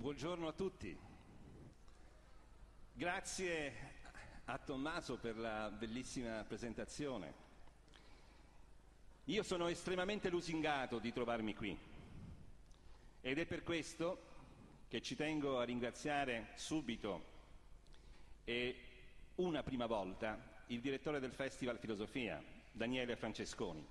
Buongiorno a tutti. Grazie a Tommaso per la bellissima presentazione. Io sono estremamente lusingato di trovarmi qui ed è per questo che ci tengo a ringraziare subito e una prima volta il direttore del Festival Filosofia, Daniele Francesconi.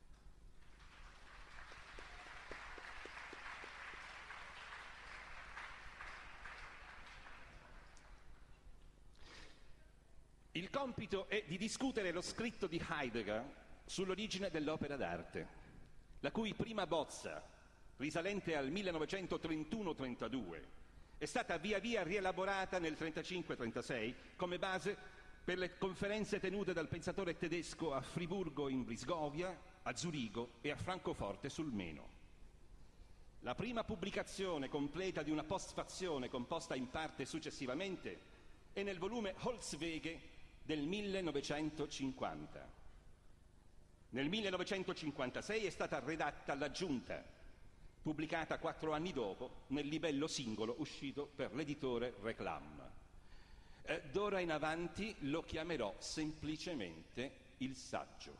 Il compito è di discutere lo scritto di Heidegger sull'origine dell'opera d'arte, la cui prima bozza, risalente al 1931-32, è stata via via rielaborata nel 35-36 come base per le conferenze tenute dal pensatore tedesco a Friburgo in Brisgovia, a Zurigo e a Francoforte sul Meno. La prima pubblicazione completa di una postfazione composta in parte successivamente è nel volume Holzwege del 1950. Nel 1956 è stata redatta l'aggiunta, pubblicata 4 anni dopo nel libello singolo uscito per l'editore Reclam. D'ora in avanti lo chiamerò semplicemente il saggio.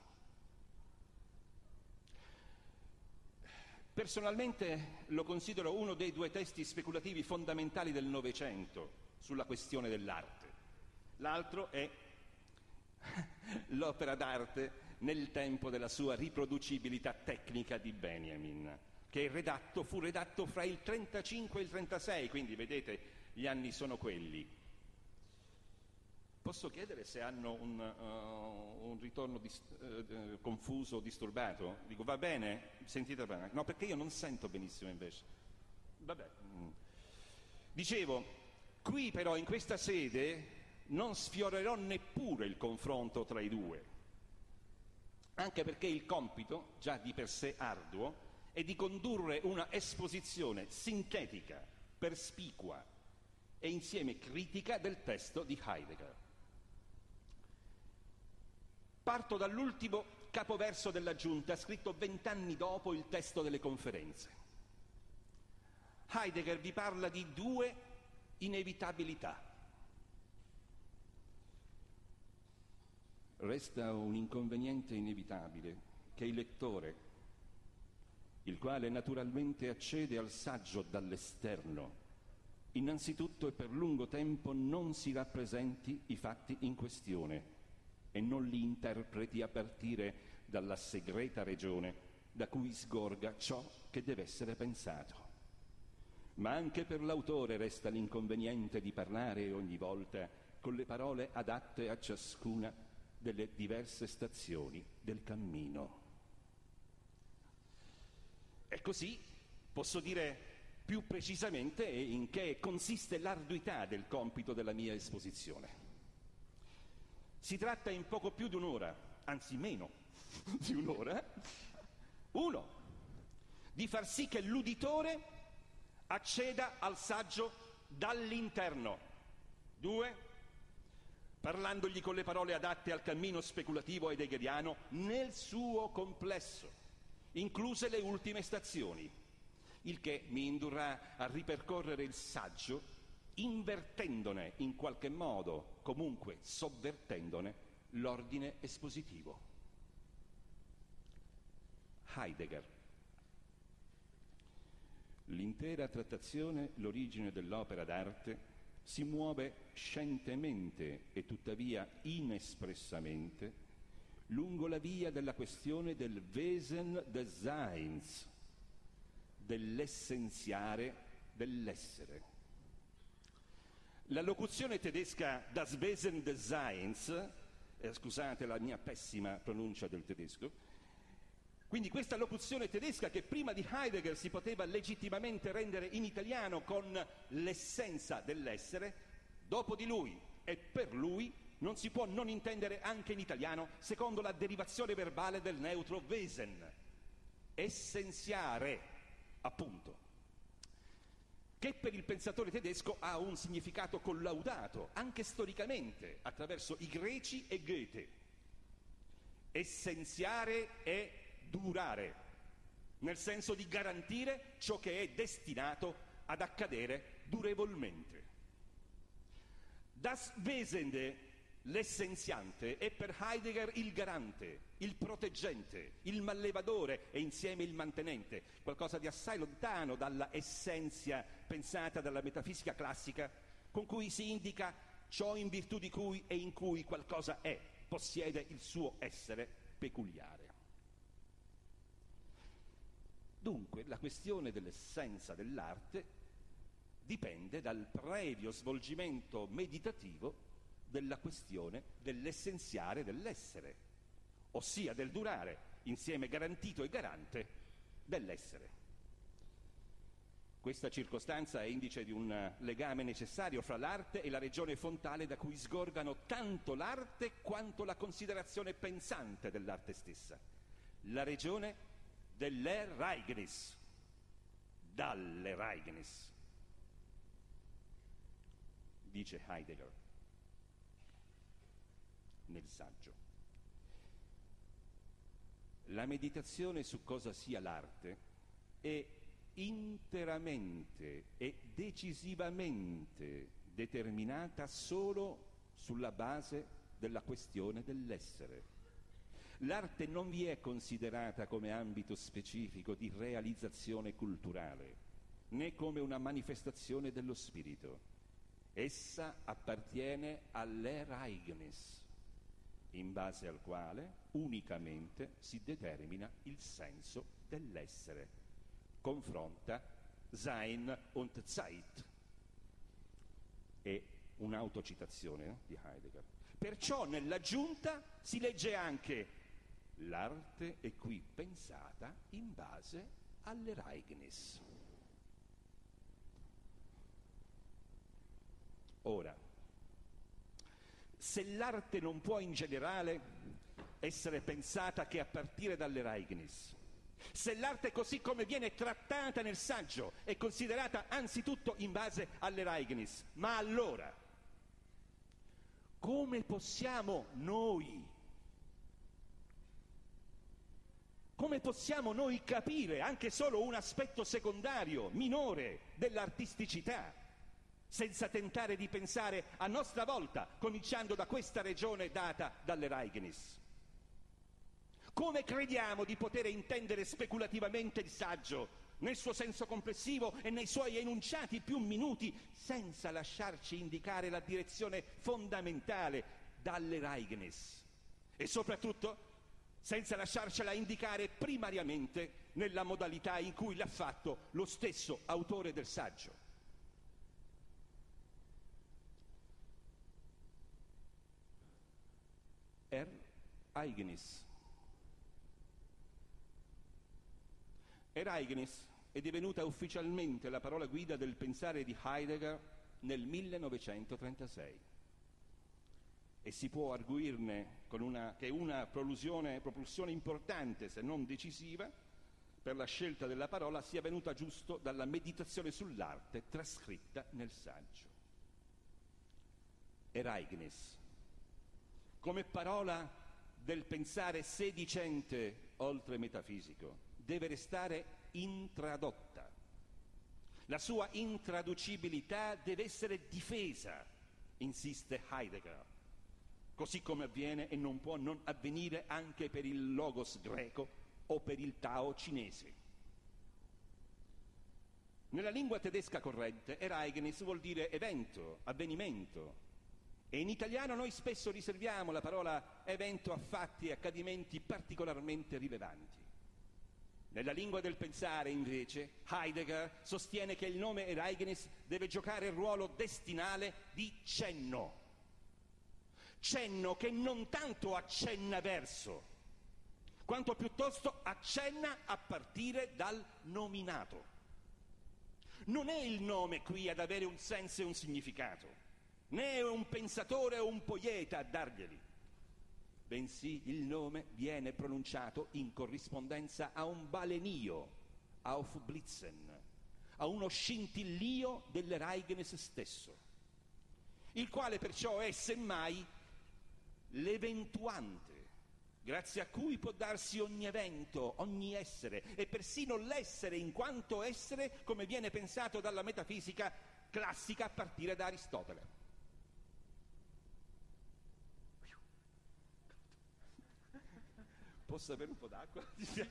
Personalmente lo considero uno dei 2 testi speculativi fondamentali del Novecento sulla questione dell'arte. L'altro è l'opera d'arte nel tempo della sua riproducibilità tecnica di Benjamin, che fu redatto fra il 35 e il 36, quindi vedete gli anni sono quelli. Posso chiedere se hanno un ritorno confuso, disturbato? Dico, va bene? Sentite bene? No, perché io non sento benissimo invece. Vabbè. Dicevo, qui però in questa sede non sfiorerò neppure il confronto tra i 2, anche perché il compito, già di per sé arduo, è di condurre una esposizione sintetica, perspicua e insieme critica del testo di Heidegger. Parto dall'ultimo capoverso dell'aggiunta, scritto 20 anni dopo il testo delle conferenze. Heidegger vi parla di 2 inevitabilità. Resta un inconveniente inevitabile che il lettore, il quale naturalmente accede al saggio dall'esterno, innanzitutto e per lungo tempo non si rappresenti i fatti in questione e non li interpreti a partire dalla segreta regione da cui sgorga ciò che deve essere pensato. Ma anche per l'autore resta l'inconveniente di parlare ogni volta con le parole adatte a ciascuna delle diverse stazioni del cammino. E così posso dire più precisamente in che consiste l'arduità del compito della mia esposizione. Si tratta in poco più di un'ora, anzi meno di un'ora, 1, di far sì che l'uditore acceda al saggio dall'interno. 2, parlandogli con le parole adatte al cammino speculativo heideggeriano nel suo complesso, incluse le ultime stazioni, il che mi indurrà a ripercorrere il saggio invertendone in qualche modo, comunque sovvertendone, l'ordine espositivo. Heidegger. L'intera trattazione, l'origine dell'opera d'arte, si muove scientemente e tuttavia inespressamente lungo la via della questione del Wesen des Seins, dell'essenziare dell'essere. La locuzione tedesca das Wesen des Seins, scusate la mia pessima pronuncia del tedesco, quindi questa locuzione tedesca che prima di Heidegger si poteva legittimamente rendere in italiano con l'essenza dell'essere, dopo di lui e per lui non si può non intendere anche in italiano secondo la derivazione verbale del neutro Wesen, essenziare, appunto, che per il pensatore tedesco ha un significato collaudato, anche storicamente, attraverso i greci e Goethe. Essenziare è durare, nel senso di garantire ciò che è destinato ad accadere durevolmente. Das Wesende, l'essenziante, è per Heidegger il garante, il proteggente, il mallevadore e insieme il mantenente, qualcosa di assai lontano dalla essenza pensata dalla metafisica classica, con cui si indica ciò in virtù di cui e in cui qualcosa è, possiede il suo essere peculiare. Dunque, la questione dell'essenza dell'arte dipende dal previo svolgimento meditativo della questione dell'essenziale dell'essere, ossia del durare, insieme garantito e garante, dell'essere. Questa circostanza è indice di un legame necessario fra l'arte e la regione fontale da cui sgorgano tanto l'arte quanto la considerazione pensante dell'arte stessa, la regione dell'Ereignis, dall'Ereignis, dice Heidegger nel saggio. La meditazione su cosa sia l'arte è interamente e decisivamente determinata solo sulla base della questione dell'essere. L'arte non vi è considerata come ambito specifico di realizzazione culturale, né come una manifestazione dello spirito. Essa appartiene all'Ereignis, in base al quale unicamente si determina il senso dell'essere. Confronta Sein und Zeit. È un'autocitazione di Heidegger. Perciò nell'aggiunta si legge anche: l'arte è qui pensata in base all'Ereignis. Ora, se l'arte non può in generale essere pensata che a partire dall'Ereignis, se l'arte così come viene trattata nel saggio è considerata anzitutto in base all'Ereignis, ma allora come possiamo noi capire anche solo un aspetto secondario, minore dell'artisticità, senza tentare di pensare a nostra volta, cominciando da questa regione data dall'Ereignis? Come crediamo di poter intendere speculativamente il saggio nel suo senso complessivo e nei suoi enunciati più minuti, senza lasciarci indicare la direzione fondamentale dall'Ereignis? E soprattutto senza lasciarcela indicare primariamente nella modalità in cui l'ha fatto lo stesso autore del saggio. Ereignis. Ereignis è divenuta ufficialmente la parola guida del pensare di Heidegger nel 1936 e si può arguirne che una propulsione importante, se non decisiva, per la scelta della parola sia venuta giusto dalla meditazione sull'arte trascritta nel saggio. Ereignis, come parola del pensare sedicente oltre metafisico, deve restare intradotta. La sua intraducibilità deve essere difesa, insiste Heidegger, così come avviene e non può non avvenire anche per il logos greco o per il Tao cinese. Nella lingua tedesca corrente, Ereignis vuol dire evento, avvenimento, e in italiano noi spesso riserviamo la parola evento a fatti e accadimenti particolarmente rilevanti. Nella lingua del pensare, invece, Heidegger sostiene che il nome Ereignis deve giocare il ruolo destinale di cenno. Cenno che non tanto accenna verso, quanto piuttosto accenna a partire dal nominato. Non è il nome qui ad avere un senso e un significato, né è un pensatore o un poeta a darglieli, bensì il nome viene pronunciato in corrispondenza a un balenio, Aufblitzen, a uno scintillio dell'Ereignis stesso, il quale perciò è semmai l'eventuante, grazie a cui può darsi ogni evento, ogni essere, e persino l'essere in quanto essere, come viene pensato dalla metafisica, classica a partire da Aristotele. Posso avere un po' d'acqua? Non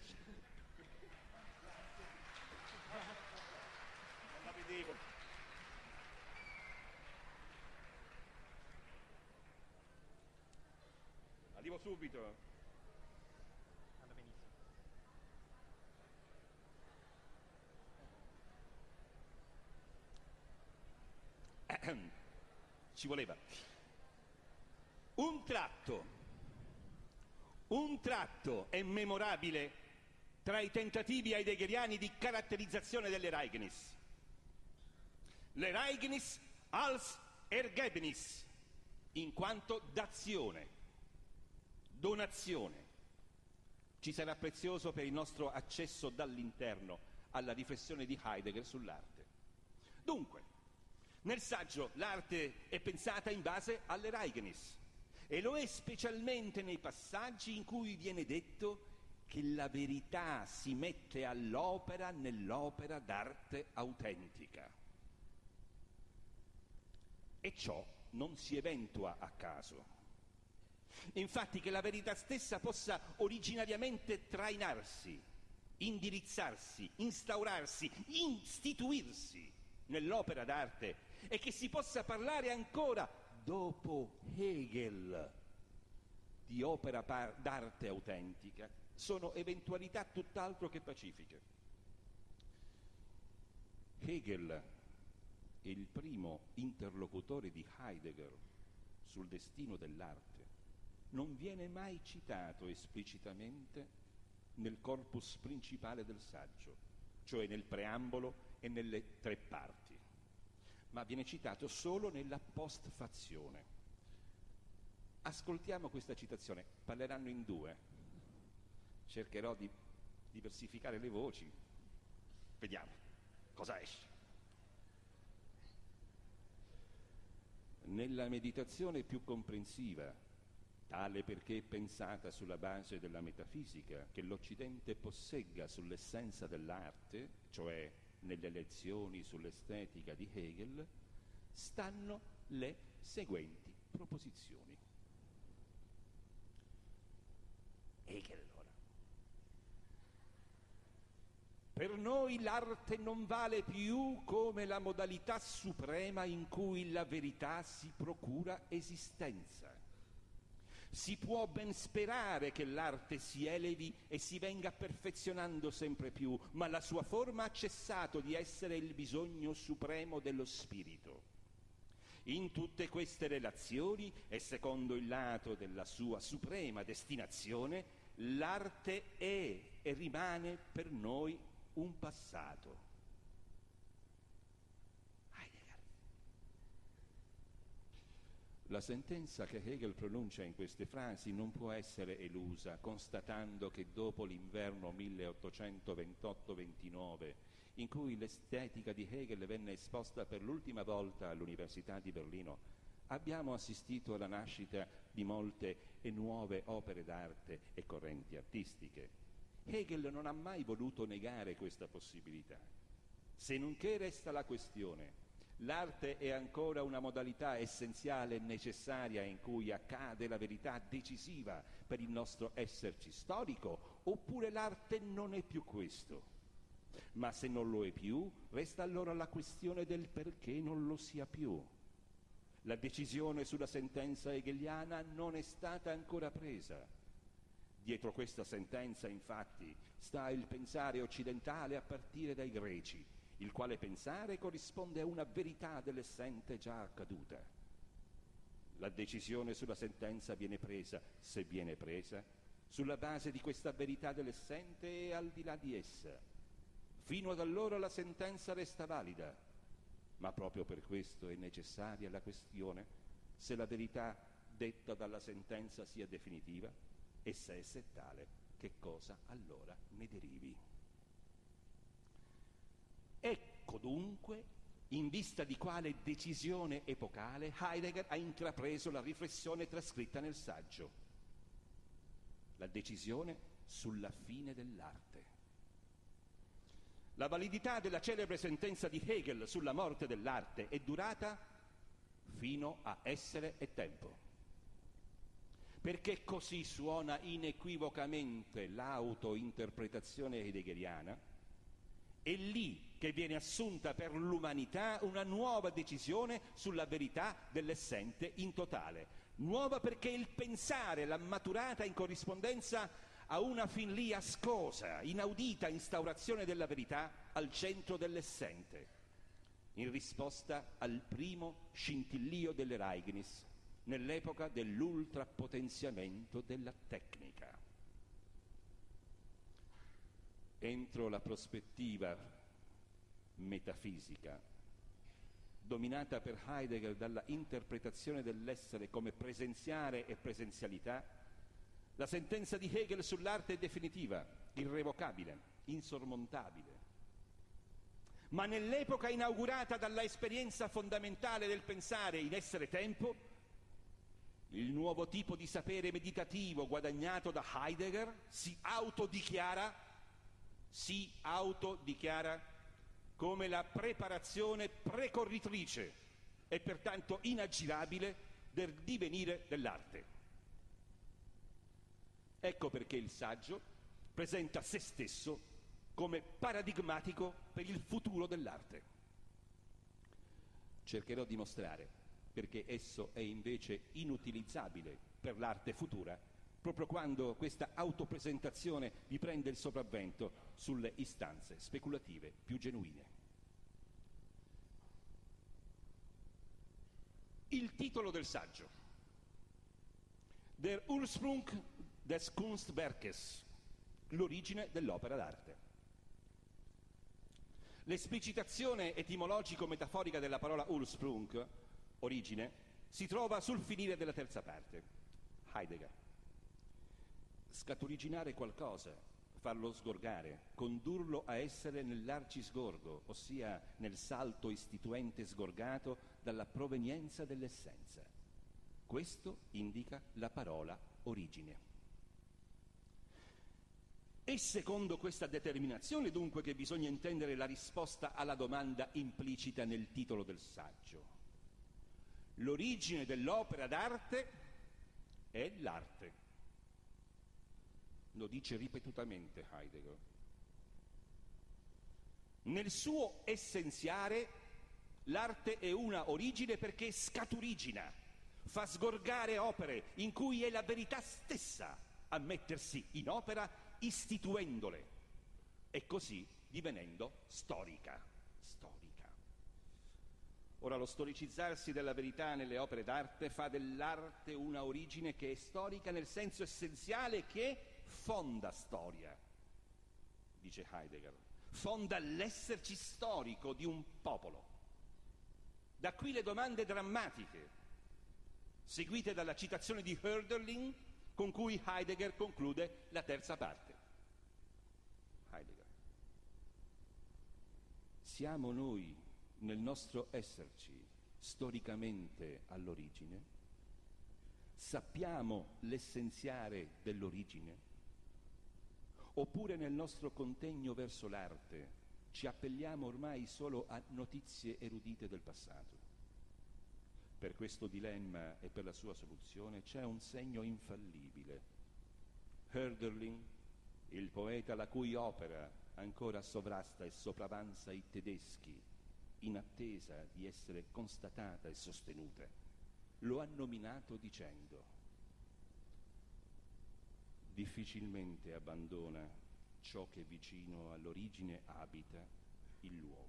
la vedevo. Arrivo subito. Vado benissimo. Ci voleva. Un tratto è memorabile tra i tentativi heideggeriani di caratterizzazione dell'Ereignis. L'Ereignis als Ergebnis, in quanto dazione, donazione. Ci sarà prezioso per il nostro accesso dall'interno alla riflessione di Heidegger sull'arte. Dunque, nel saggio l'arte è pensata in base all'Ereignis e lo è specialmente nei passaggi in cui viene detto che la verità si mette all'opera nell'opera d'arte autentica. E ciò non si eventua a caso. Infatti che la verità stessa possa originariamente trainarsi, indirizzarsi, instaurarsi, istituirsi nell'opera d'arte e che si possa parlare ancora dopo Hegel di opera d'arte autentica sono eventualità tutt'altro che pacifiche. Hegel è il primo interlocutore di Heidegger sul destino dell'arte. Non viene mai citato esplicitamente nel corpus principale del saggio, cioè nel preambolo e nelle tre parti, ma viene citato solo nella postfazione. Ascoltiamo questa citazione, parleranno in due, cercherò di diversificare le voci, vediamo cosa esce. Nella meditazione più comprensiva, tale perché è pensata sulla base della metafisica, che l'Occidente possegga sull'essenza dell'arte, cioè nelle lezioni sull'estetica di Hegel, stanno le seguenti proposizioni. Hegel ora. Per noi l'arte non vale più come la modalità suprema in cui la verità si procura esistenza. Si può ben sperare che l'arte si elevi e si venga perfezionando sempre più, ma la sua forma ha cessato di essere il bisogno supremo dello spirito. In tutte queste relazioni e secondo il lato della sua suprema destinazione, l'arte è e rimane per noi un passato. La sentenza che Hegel pronuncia in queste frasi non può essere elusa, constatando che dopo l'inverno 1828-29, in cui l'estetica di Hegel venne esposta per l'ultima volta all'Università di Berlino, abbiamo assistito alla nascita di molte e nuove opere d'arte e correnti artistiche. Hegel non ha mai voluto negare questa possibilità. Se non che resta la questione: l'arte è ancora una modalità essenziale e necessaria in cui accade la verità decisiva per il nostro esserci storico, oppure l'arte non è più questo? Ma se non lo è più, resta allora la questione del perché non lo sia più. La decisione sulla sentenza hegeliana non è stata ancora presa. Dietro questa sentenza, infatti, sta il pensare occidentale a partire dai greci, il quale pensare corrisponde a una verità dell'essente già accaduta. La decisione sulla sentenza viene presa, se viene presa, sulla base di questa verità dell'essente e al di là di essa. Fino ad allora la sentenza resta valida, ma proprio per questo è necessaria la questione se la verità detta dalla sentenza sia definitiva e se è tale, che cosa allora ne derivi. Ecco dunque in vista di quale decisione epocale Heidegger ha intrapreso la riflessione trascritta nel saggio: la decisione sulla fine dell'arte. La validità della celebre sentenza di Hegel sulla morte dell'arte è durata fino a Essere e Tempo. Perché così suona inequivocamente l'autointerpretazione heideggeriana, è lì che viene assunta per l'umanità una nuova decisione sulla verità dell'essente in totale. Nuova perché il pensare l'ha maturata in corrispondenza a una fin lì ascosa, inaudita instaurazione della verità al centro dell'essente, in risposta al primo scintillio dell'Ereignis nell'epoca dell'ultrapotenziamento della tecnica. Entro la prospettiva metafisica, dominata per Heidegger dalla interpretazione dell'essere come presenziare e presenzialità, la sentenza di Hegel sull'arte è definitiva, irrevocabile, insormontabile. Ma nell'epoca inaugurata dalla esperienza fondamentale del pensare in Essere e Tempo, il nuovo tipo di sapere meditativo guadagnato da Heidegger si autodichiara come la preparazione precorritrice e pertanto inaggirabile del divenire dell'arte. Ecco perché il saggio presenta se stesso come paradigmatico per il futuro dell'arte. Cercherò di mostrare perché esso è invece inutilizzabile per l'arte futura, proprio quando questa autopresentazione vi prende il sopravvento sulle istanze speculative più genuine. Il titolo del saggio: Der Ursprung des Kunstwerkes, l'origine dell'opera d'arte. L'esplicitazione etimologico-metaforica della parola Ursprung, origine, si trova sul finire della terza parte. Heidegger. Scaturiginare qualcosa, farlo sgorgare, condurlo a essere nell'arcisgorgo, ossia nel salto istituente sgorgato dalla provenienza dell'essenza. Questo indica la parola origine. E secondo questa determinazione, dunque, che bisogna intendere la risposta alla domanda implicita nel titolo del saggio. L'origine dell'opera d'arte è l'arte. Lo dice ripetutamente Heidegger. Nel suo essenziare, l'arte è una origine perché scaturigina, fa sgorgare opere in cui è la verità stessa a mettersi in opera, istituendole e così divenendo storica. Ora, lo storicizzarsi della verità nelle opere d'arte fa dell'arte una origine che è storica nel senso essenziale che fonda storia, dice Heidegger, fonda l'esserci storico di un popolo. Da qui le domande drammatiche, seguite dalla citazione di Hölderlin, con cui Heidegger conclude la terza parte. Heidegger. Siamo noi, nel nostro esserci, storicamente all'origine? Sappiamo l'essenziare dell'origine? Oppure nel nostro contegno verso l'arte ci appelliamo ormai solo a notizie erudite del passato? Per questo dilemma e per la sua soluzione c'è un segno infallibile. Hölderlin, il poeta la cui opera ancora sovrasta e sopravanza i tedeschi, in attesa di essere constatata e sostenuta, lo ha nominato dicendo: difficilmente abbandona ciò che vicino all'origine abita il luogo.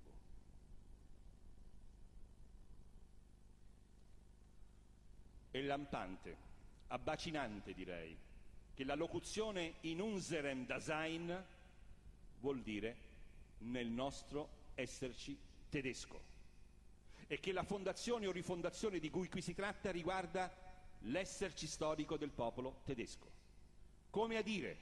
È lampante, abbacinante direi, che la locuzione in unserem Dasein vuol dire nel nostro esserci tedesco e che la fondazione o rifondazione di cui qui si tratta riguarda l'esserci storico del popolo tedesco. Come a dire,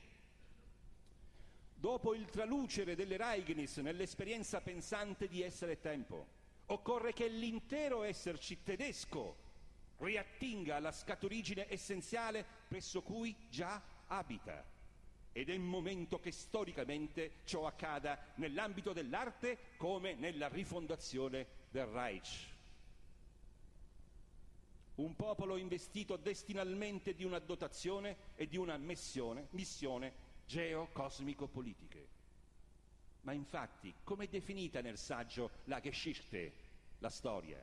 dopo il tralucere dell'Ereignis nell'esperienza pensante di Essere e Tempo, occorre che l'intero esserci tedesco riattinga alla scaturigine essenziale presso cui già abita ed è il momento che storicamente ciò accada nell'ambito dell'arte come nella rifondazione del Reich. Un popolo investito destinalmente di una dotazione e di una missione geo-cosmico-politiche. Ma infatti, come è definita nel saggio la Geschichte, la storia?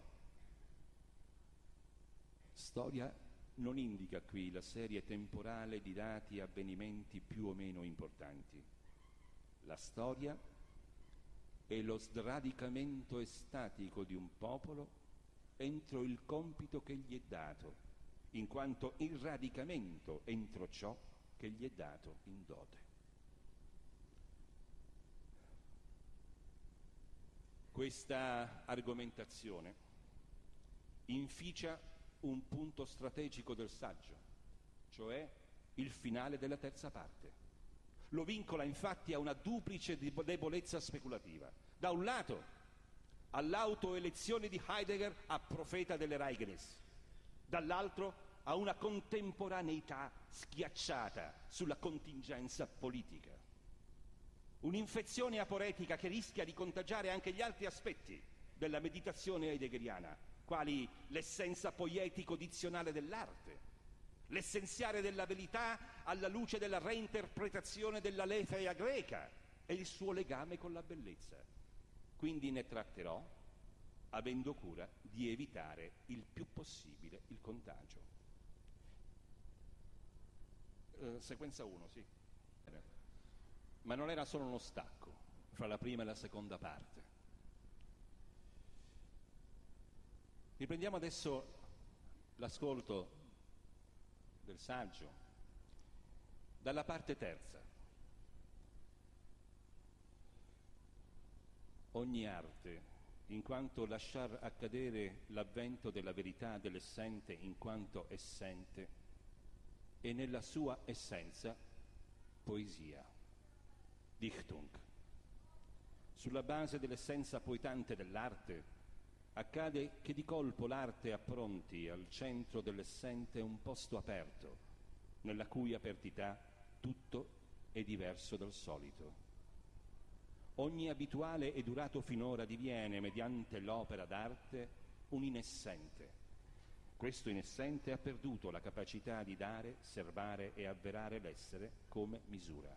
Storia non indica qui la serie temporale di dati e avvenimenti più o meno importanti. La storia è lo sradicamento estatico di un popolo entro il compito che gli è dato, in quanto il radicamento entro ciò che gli è dato in dote. Questa argomentazione inficia un punto strategico del saggio, cioè il finale della terza parte. Lo vincola infatti a una duplice debolezza speculativa. Da un lato, all'autoelezione di Heidegger a profeta dell'Ereignis, dall'altro a una contemporaneità schiacciata sulla contingenza politica. Un'infezione aporetica che rischia di contagiare anche gli altri aspetti della meditazione heideggeriana, quali l'essenza poetico-dizionale dell'arte, l'essenziale della verità alla luce della reinterpretazione dell'aletheia greca e il suo legame con la bellezza. Quindi ne tratterò avendo cura di evitare il più possibile il contagio. Sequenza 1, sì. Ma non era solo uno stacco fra la prima e la seconda parte. Riprendiamo adesso l'ascolto del saggio dalla parte terza. Ogni arte, in quanto lasciar accadere l'avvento della verità dell'essente in quanto essente, è nella sua essenza poesia, Dichtung. Sulla base dell'essenza poetante dell'arte, accade che di colpo l'arte appronti al centro dell'essente un posto aperto, nella cui apertità tutto è diverso dal solito. Ogni abituale e durato finora diviene, mediante l'opera d'arte, un inessente. Questo inessente ha perduto la capacità di dare, serbare e avverare l'essere come misura.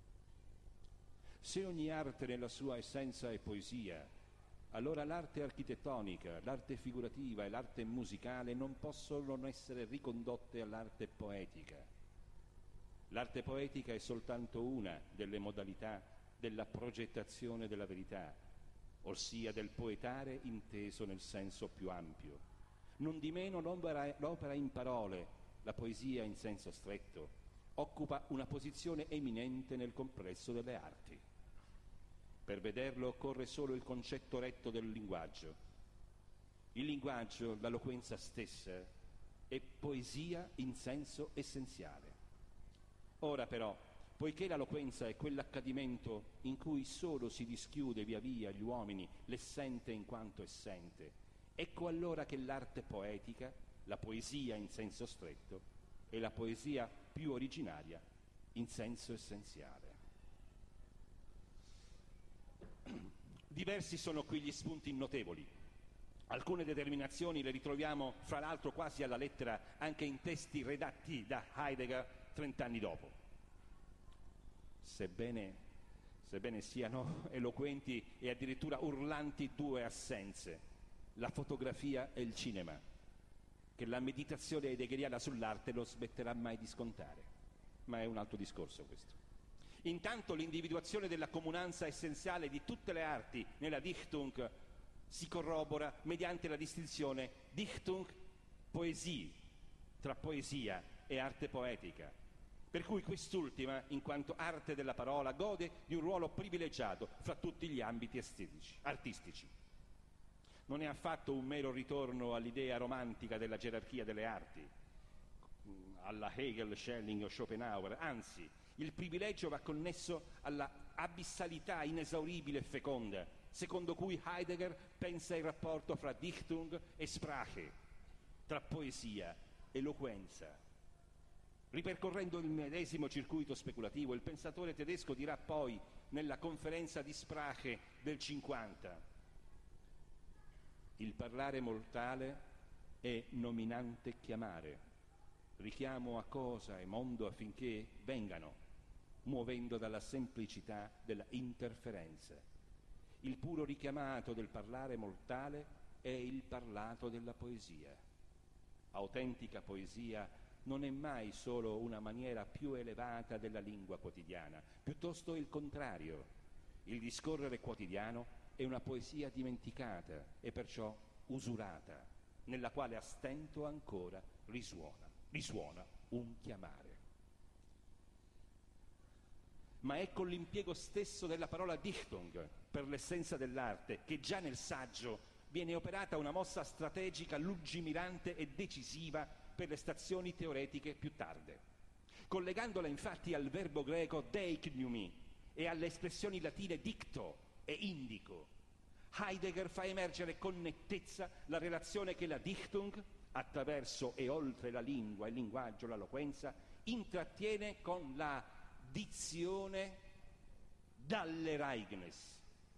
Se ogni arte nella sua essenza è poesia, allora l'arte architettonica, l'arte figurativa e l'arte musicale non possono non essere ricondotte all'arte poetica. L'arte poetica è soltanto una delle modalità della progettazione della verità, ossia del poetare inteso nel senso più ampio. Non di meno l'opera in parole, la poesia in senso stretto, occupa una posizione eminente nel complesso delle arti. Per vederlo occorre solo il concetto retto del linguaggio. Il linguaggio, l'eloquenza stessa, è poesia in senso essenziale. Ora però, poiché l'eloquenza è quell'accadimento in cui solo si dischiude via via gli uomini l'essente in quanto essente, ecco allora che l'arte poetica, la poesia in senso stretto, è la poesia più originaria in senso essenziale. Diversi sono qui gli spunti notevoli. Alcune determinazioni le ritroviamo, fra l'altro, quasi alla lettera anche in testi redatti da Heidegger 30 anni dopo. Sebbene siano eloquenti e addirittura urlanti due assenze, la fotografia e il cinema, che la meditazione heideggeriana sull'arte non smetterà mai di scontare. Ma è un altro discorso questo. Intanto l'individuazione della comunanza essenziale di tutte le arti nella Dichtung si corrobora mediante la distinzione Dichtung Poesie, tra poesia e arte poetica, per cui quest'ultima, in quanto arte della parola, gode di un ruolo privilegiato fra tutti gli ambiti artistici. Non è affatto un mero ritorno all'idea romantica della gerarchia delle arti, alla Hegel, Schelling o Schopenhauer, anzi, il privilegio va connesso alla abissalità inesauribile e feconda, secondo cui Heidegger pensa il rapporto fra Dichtung e Sprache, tra poesia, eloquenza. Ripercorrendo il medesimo circuito speculativo, il pensatore tedesco dirà poi nella conferenza di Sprache del 50: il parlare mortale è nominante chiamare, richiamo a cosa e mondo affinché vengano, muovendo dalla semplicità della interferenza. Il puro richiamato del parlare mortale è il parlato della poesia. Autentica poesia non è mai solo una maniera più elevata della lingua quotidiana, piuttosto il contrario. Il discorrere quotidiano è una poesia dimenticata e perciò usurata, nella quale a stento ancora risuona un chiamare. Ma è con l'impiego stesso della parola Dichtung per l'essenza dell'arte che già nel saggio viene operata una mossa strategica lungimirante e decisiva per le stazioni teoretiche più tarde. Collegandola infatti al verbo greco deiknumi e alle espressioni latine dicto e indico, Heidegger fa emergere con nettezza la relazione che la Dichtung, attraverso e oltre la lingua, il linguaggio, l'eloquenza, intrattiene con la dizione dall'Ereignis.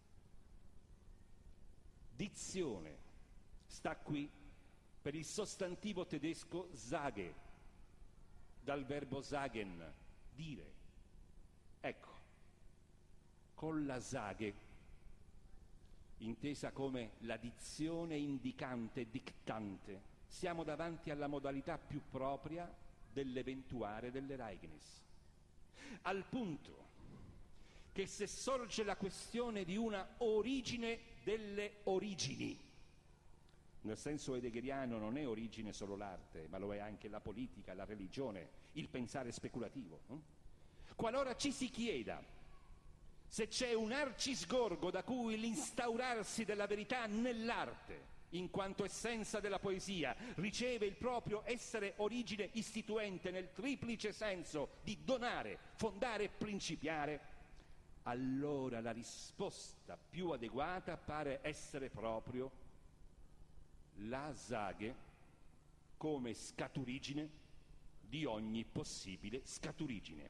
Dizione sta qui per il sostantivo tedesco sage, dal verbo sagen, dire. Ecco, con la sage, intesa come la dizione indicante, dictante, siamo davanti alla modalità più propria dell'eventuare dell'Ereignis. Al punto che se sorge la questione di una origine delle origini, nel senso heideggeriano non è origine solo l'arte, ma lo è anche la politica, la religione, il pensare speculativo. Qualora ci si chieda se c'è un arcisgorgo da cui l'instaurarsi della verità nell'arte, in quanto essenza della poesia, riceve il proprio essere origine istituente nel triplice senso di donare, fondare e principiare, allora la risposta più adeguata pare essere proprio la sage come scaturigine di ogni possibile scaturigine.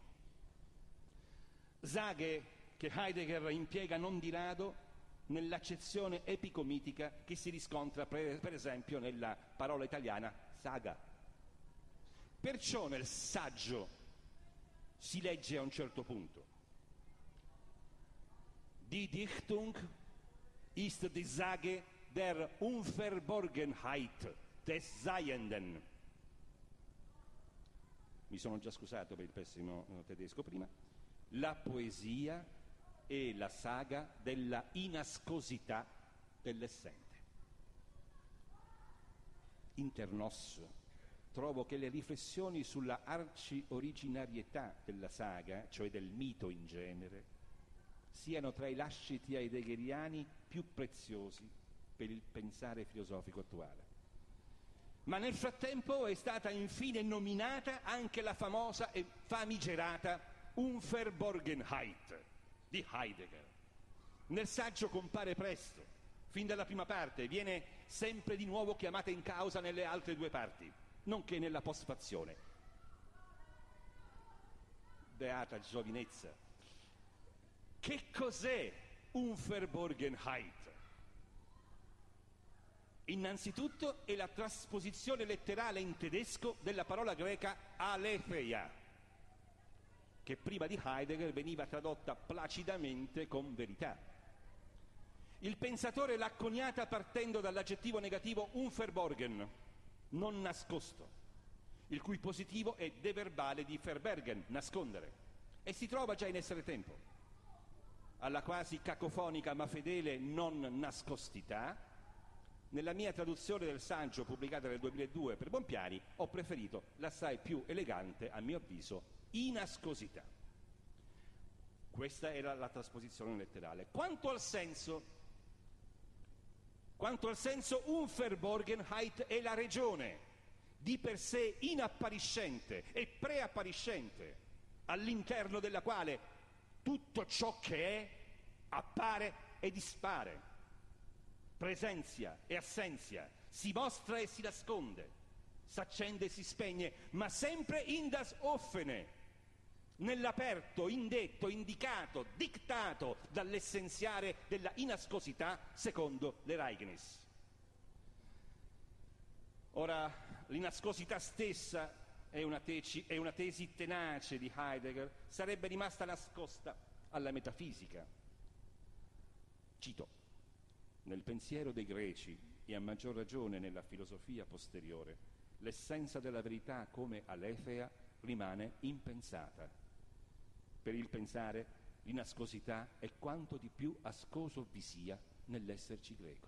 Sage che Heidegger impiega non di rado nell'accezione epicomitica che si riscontra per esempio nella parola italiana saga. Perciò nel saggio si legge a un certo punto: Die Dichtung ist die Sage der Unverborgenheit des Seienden. Mi sono già scusato per il pessimo tedesco prima. La poesia è la saga della inascosità dell'essente. Internos trovo che le riflessioni sulla arci-originarietà della saga, cioè del mito in genere, siano tra i lasciti heideggeriani più preziosi per il pensare filosofico attuale. Ma nel frattempo è stata infine nominata anche la famosa e famigerata Unverborgenheit di Heidegger. Nel saggio compare presto, fin dalla prima parte, viene sempre di nuovo chiamata in causa nelle altre due parti, nonché nella postfazione. Beata giovinezza! Che cos'è Unverborgenheit? Innanzitutto è la trasposizione letterale in tedesco della parola greca aletheia, che prima di Heidegger veniva tradotta placidamente con verità. Il pensatore l'ha coniata partendo dall'aggettivo negativo unverborgen, non nascosto, il cui positivo è deverbale di verbergen, nascondere, e si trova già in essere tempo. Alla quasi cacofonica ma fedele non nascostità, nella mia traduzione del saggio pubblicata nel 2002 per Bompiani ho preferito l'assai più elegante, a mio avviso, inascosità. Questa era la trasposizione letterale. Quanto al senso, Unverborgenheit è la regione, di per sé inappariscente e preappariscente, all'interno della quale tutto ciò che è appare e dispare, presenzia e assenza, si mostra e si nasconde, s'accende e si spegne, ma sempre in das offene, nell'aperto, indetto, indicato, dictato dall'essenziare della inascosità secondo l'Ereignis. Ora, l'inascosità stessa è una tesi tenace di Heidegger, sarebbe rimasta nascosta alla metafisica. Cito: nel pensiero dei greci, e a maggior ragione nella filosofia posteriore, l'essenza della verità come aletheia rimane impensata. Per il pensare, l'inascosità è quanto di più ascoso vi sia nell'esserci greco.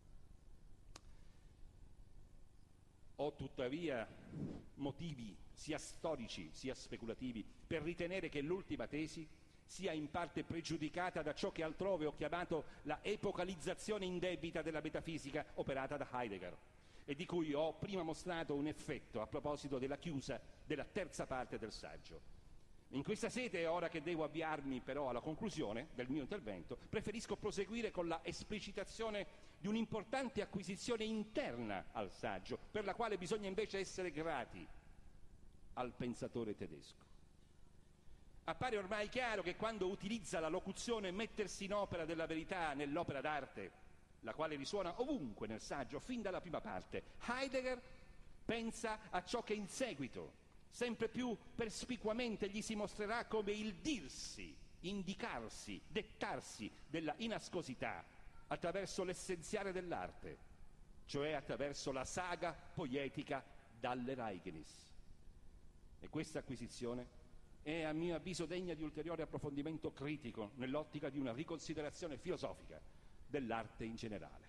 Ho tuttavia motivi sia storici sia speculativi per ritenere che l'ultima tesi sia in parte pregiudicata da ciò che altrove ho chiamato la epocalizzazione indebita della metafisica operata da Heidegger, e di cui ho prima mostrato un effetto a proposito della chiusa della terza parte del saggio. In questa sede, ora che devo avviarmi però alla conclusione del mio intervento, preferisco proseguire con la esplicitazione di un'importante acquisizione interna al saggio, per la quale bisogna invece essere grati al pensatore tedesco. Appare ormai chiaro che quando utilizza la locuzione mettersi in opera della verità nell'opera d'arte, la quale risuona ovunque nel saggio fin dalla prima parte, Heidegger pensa a ciò che in seguito sempre più perspicuamente gli si mostrerà come il dirsi, indicarsi, dettarsi della inascosità attraverso l'essenziale dell'arte, cioè attraverso la saga poietica dall'Ereignis. E questa acquisizione è a mio avviso degna di ulteriore approfondimento critico nell'ottica di una riconsiderazione filosofica dell'arte in generale.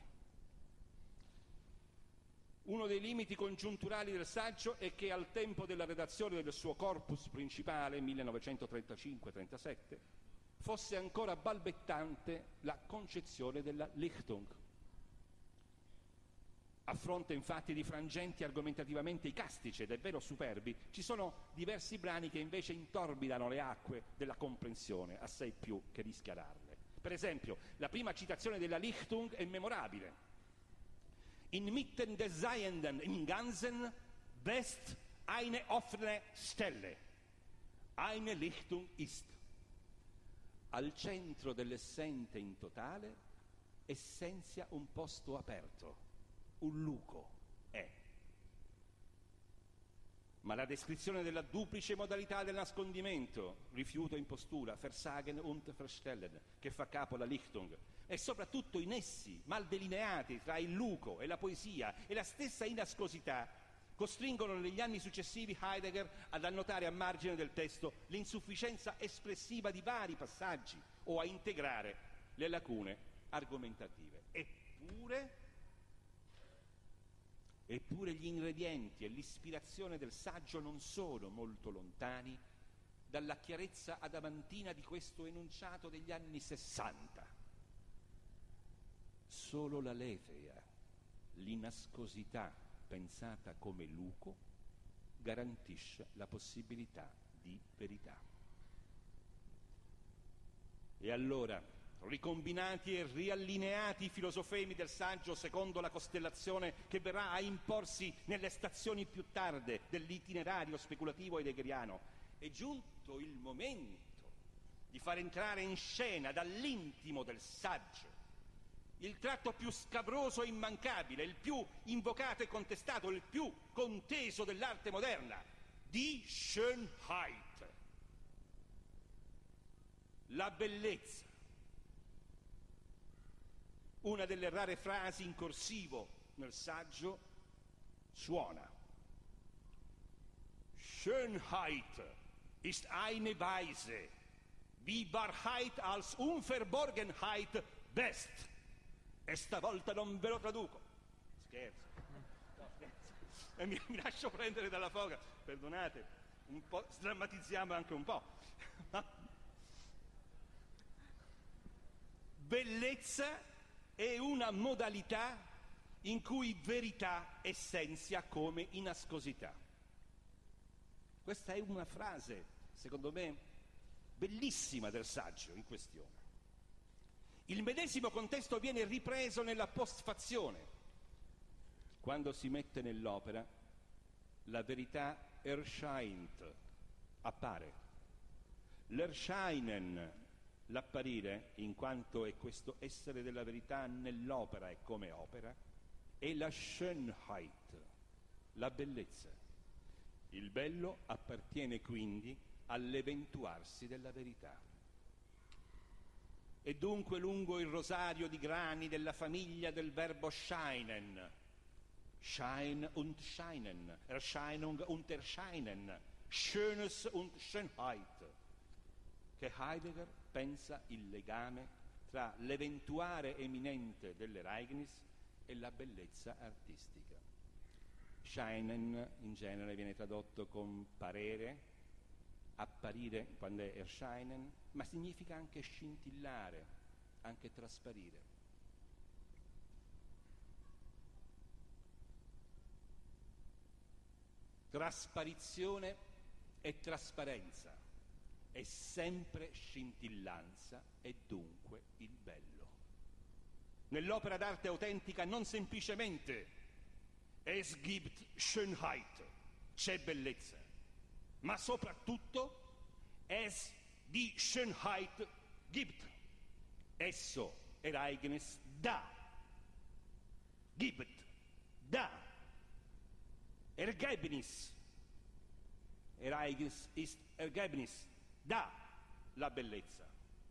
Uno dei limiti congiunturali del saggio è che al tempo della redazione del suo corpus principale, 1935-37, fosse ancora balbettante la concezione della Lichtung. A fronte infatti di frangenti argomentativamente icastici ed è vero superbi, ci sono diversi brani che invece intorbidano le acque della comprensione, assai più che rischiararle. Per esempio, la prima citazione della Lichtung è memorabile. Inmitten des Seienden im Ganzen best eine offene Stelle, eine Lichtung ist. Al centro dell'essente in totale essenzia un posto aperto, un luco è. Ma la descrizione della duplice modalità del nascondimento, rifiuto e impostura, Versagen und Verstellen, che fa capo alla Lichtung, e soprattutto in essi, mal delineati tra il luco e la poesia e la stessa inascosità, costringono negli anni successivi Heidegger ad annotare a margine del testo l'insufficienza espressiva di passaggi o a integrare le lacune argomentative. Eppure gli ingredienti e l'ispirazione del saggio non sono molto lontani dalla chiarezza adamantina di questo enunciato degli anni 60. Solo l'aletheia, l'inascosità pensata come luco, garantisce la possibilità di verità. E allora, ricombinati e riallineati i filosofemi del saggio secondo la costellazione che verrà a imporsi nelle stazioni più tarde dell'itinerario speculativo heideggeriano, è giunto il momento di far entrare in scena dall'intimo del saggio il tratto più scabroso e immancabile, il più invocato e contestato, il più conteso dell'arte moderna, die Schönheit, la bellezza. Una delle rare frasi in corsivo nel saggio suona: Schönheit ist eine Weise, wie Wahrheit als Unverborgenheit best. E stavolta non ve lo traduco. Scherzo. No, scherzo. E mi lascio prendere dalla foga. Perdonate, un po' sdrammatizziamo anche un po'. Bellezza è una modalità in cui verità essenzia come inascosità. Questa è una frase, secondo me, bellissima del saggio in questione. Il medesimo contesto viene ripreso nella postfazione, quando si mette nell'opera la verità erscheint, appare. L'erscheinen, l'apparire, in quanto è questo essere della verità nell'opera e come opera, è la Schönheit, la bellezza. Il bello appartiene quindi all'eventuarsi della verità. E dunque lungo il rosario di grani della famiglia del verbo scheinen, Schein und Scheinen, Erscheinung und Erscheinen, Schönes und Schönheit, che Heidegger pensa il legame tra l'eventuare eminente dell'Ereignis e la bellezza artistica. Scheinen in genere viene tradotto con parere, apparire quando è erscheinen, ma significa anche scintillare, anche trasparire. Trasparizione e trasparenza è sempre scintillanza e dunque il bello. Nell'opera d'arte autentica non semplicemente es gibt Schönheit, c'è bellezza, ma soprattutto es die Schönheit gibt. Esso, Ereignis, da, gibt, da. Ergebnis, Ereignis ist Ergebnis, da la bellezza.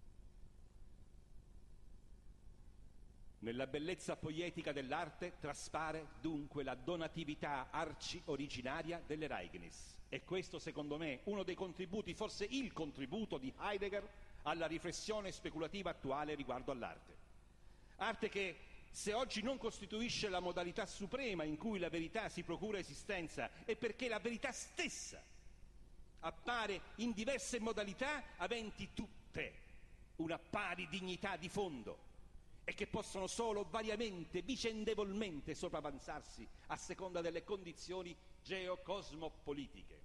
Nella bellezza poetica dell'arte traspare dunque la donatività arci originaria dell'Ereignis. E questo, secondo me, uno dei contributi, forse il contributo di Heidegger alla riflessione speculativa attuale riguardo all'arte. Arte che, se oggi non costituisce la modalità suprema in cui la verità si procura esistenza, è perché la verità stessa appare in diverse modalità aventi tutte una pari dignità di fondo e che possono solo variamente, vicendevolmente sopravanzarsi a seconda delle condizioni geocosmopolitiche.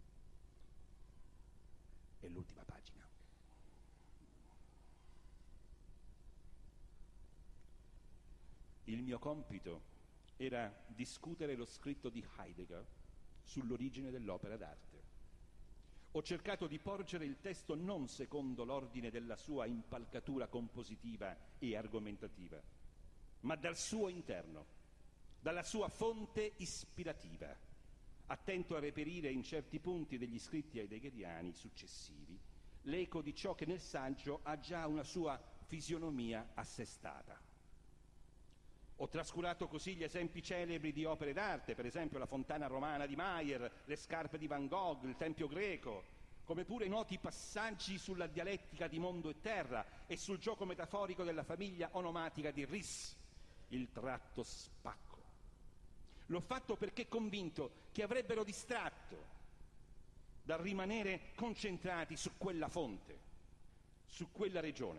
E l'ultima pagina. Il mio compito era discutere lo scritto di Heidegger sull'origine dell'opera d'arte. Ho cercato di porgere il testo non secondo l'ordine della sua impalcatura compositiva e argomentativa, ma dal suo interno, dalla sua fonte ispirativa, attento a reperire in certi punti degli scritti heideggeriani successivi l'eco di ciò che nel saggio ha già una sua fisionomia assestata. Ho trascurato così gli esempi celebri di opere d'arte, per esempio la fontana romana di Mayer, le scarpe di Van Gogh, il tempio greco, come pure i noti passaggi sulla dialettica di mondo e terra e sul gioco metaforico della famiglia onomatica di Ris, il tratto spacco. L'ho fatto perché convinto che avrebbero distratto dal rimanere concentrati su quella fonte, su quella regione.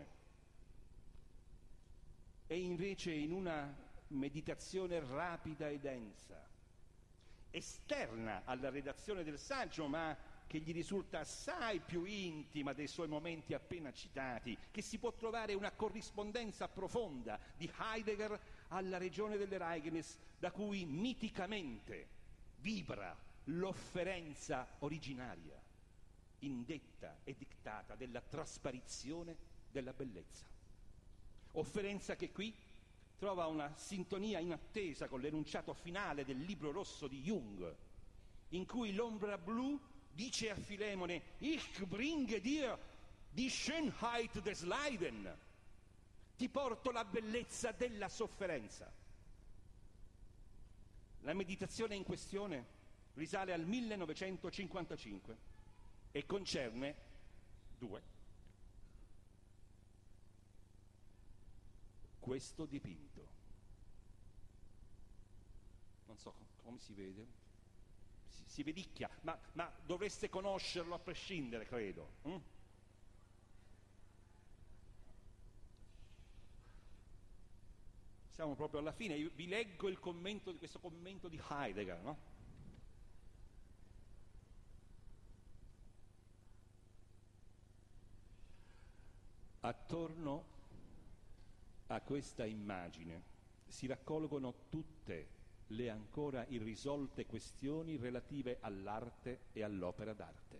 E invece in una meditazione rapida e densa, esterna alla redazione del saggio, ma che gli risulta assai più intima dei suoi momenti appena citati, che si può trovare una corrispondenza profonda di Heidegger alla regione dell'Ereignis, da cui miticamente vibra l'offerenza originaria, indetta e dittata della trasparizione della bellezza. Offerenza che qui trova una sintonia inattesa con l'enunciato finale del libro rosso di Jung, in cui l'ombra blu dice a Filemone: Ich bringe dir die Schönheit des Leiden, ti porto la bellezza della sofferenza. La meditazione in questione risale al 1955 e concerne questo dipinto. Non so come si vede, si vedicchia, ma dovreste conoscerlo a prescindere, credo. Siamo proprio alla fine. Io vi leggo il commento di questo commento di Heidegger, no? Attorno a questa immagine si raccolgono tutte le ancora irrisolte questioni relative all'arte e all'opera d'arte.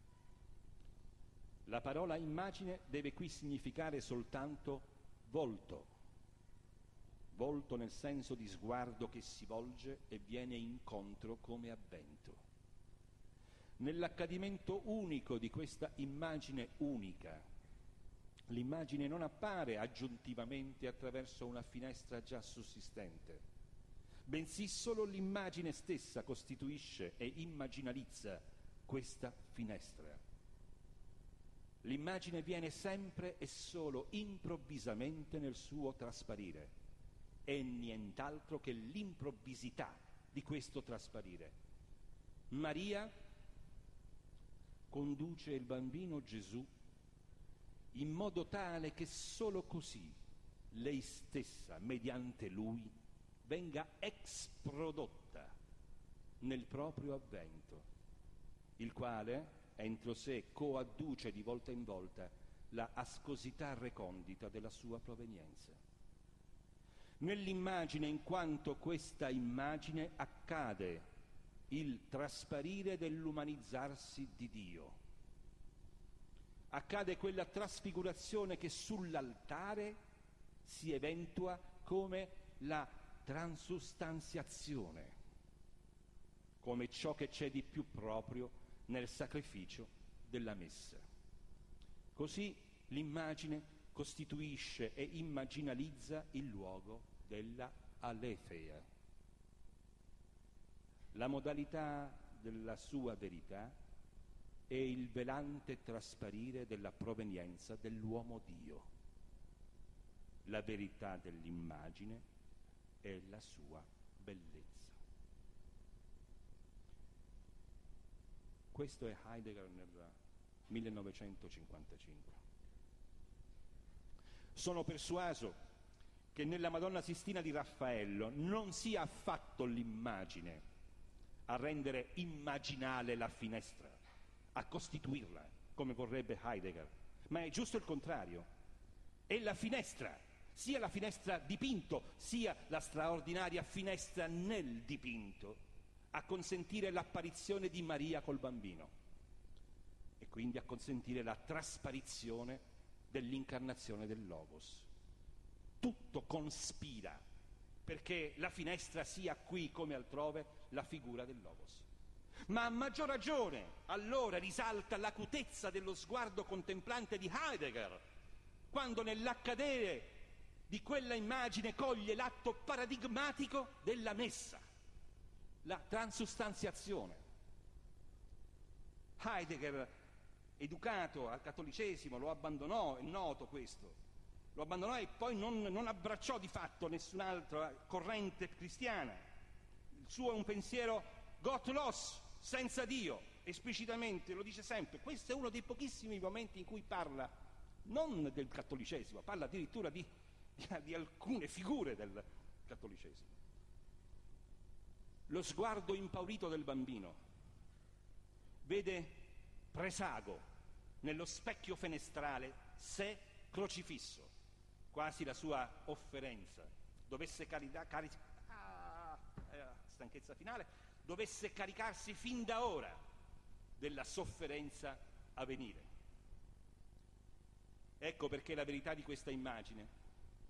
La parola immagine deve qui significare soltanto volto, volto nel senso di sguardo che si volge e viene incontro come a vento. Nell'accadimento unico di questa immagine unica, l'immagine non appare aggiuntivamente attraverso una finestra già sussistente, bensì solo l'immagine stessa costituisce e immaginalizza questa finestra. L'immagine viene sempre e solo improvvisamente nel suo trasparire, è nient'altro che l'improvvisità di questo trasparire. Maria conduce il bambino Gesù in modo tale che solo così lei stessa, mediante lui, venga exprodotta nel proprio avvento, il quale entro sé coadduce di volta in volta la ascosità recondita della sua provenienza. Nell'immagine, in quanto questa immagine, accade il trasparire dell'umanizzarsi di Dio. Accade quella trasfigurazione che sull'altare si eventua come la transustanziazione, come ciò che c'è di più proprio nel sacrificio della messa. Così l'immagine costituisce e immaginalizza il luogo della aletheia. La modalità della sua verità è il velante trasparire della provenienza dell'uomo Dio. La verità dell'immagine è la sua bellezza. Questo è Heidegger nel 1955. Sono persuaso che nella Madonna Sistina di Raffaello non sia affatto l'immagine a rendere immaginale la finestra, a costituirla, come vorrebbe Heidegger, ma è giusto il contrario. È la finestra, sia la finestra dipinto, sia la straordinaria finestra nel dipinto, a consentire l'apparizione di Maria col bambino e quindi a consentire la trasparizione dell'incarnazione del Logos. Tutto conspira perché la finestra sia qui come altrove la figura del Logos. Ma a maggior ragione allora risalta l'acutezza dello sguardo contemplante di Heidegger, quando nell'accadere di quella immagine coglie l'atto paradigmatico della messa, la transustanziazione. Heidegger, educato al cattolicesimo, lo abbandonò, è noto questo, lo abbandonò e poi non abbracciò di fatto nessun'altra corrente cristiana. Il suo è un pensiero Gottlos, senza Dio, esplicitamente, lo dice sempre. Questo è uno dei pochissimi momenti in cui parla non del cattolicesimo, parla addirittura di alcune figure del cattolicesimo. Lo sguardo impaurito del bambino vede presago nello specchio fenestrale sé crocifisso, quasi la sua offerenza dovesse stanchezza finale, dovesse caricarsi fin da ora della sofferenza a venire. Ecco perché la verità di questa immagine,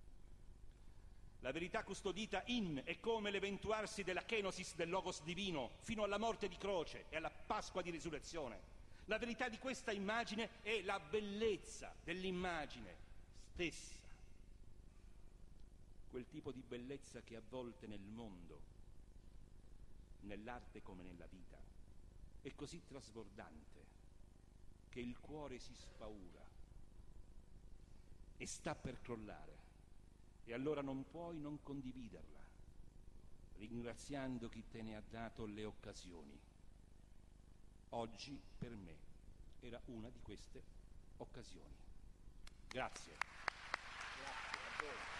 la verità custodita in e come l'eventuarsi della kenosis del Logos divino fino alla morte di croce e alla Pasqua di risurrezione, la verità di questa immagine è la bellezza dell'immagine stessa, quel tipo di bellezza che a volte nel mondo, nell'arte come nella vita, è così trasbordante che il cuore si spaura e sta per crollare. E allora non puoi non condividerla, ringraziando chi te ne ha dato le occasioni. Oggi per me era una di queste occasioni. Grazie. Grazie a voi.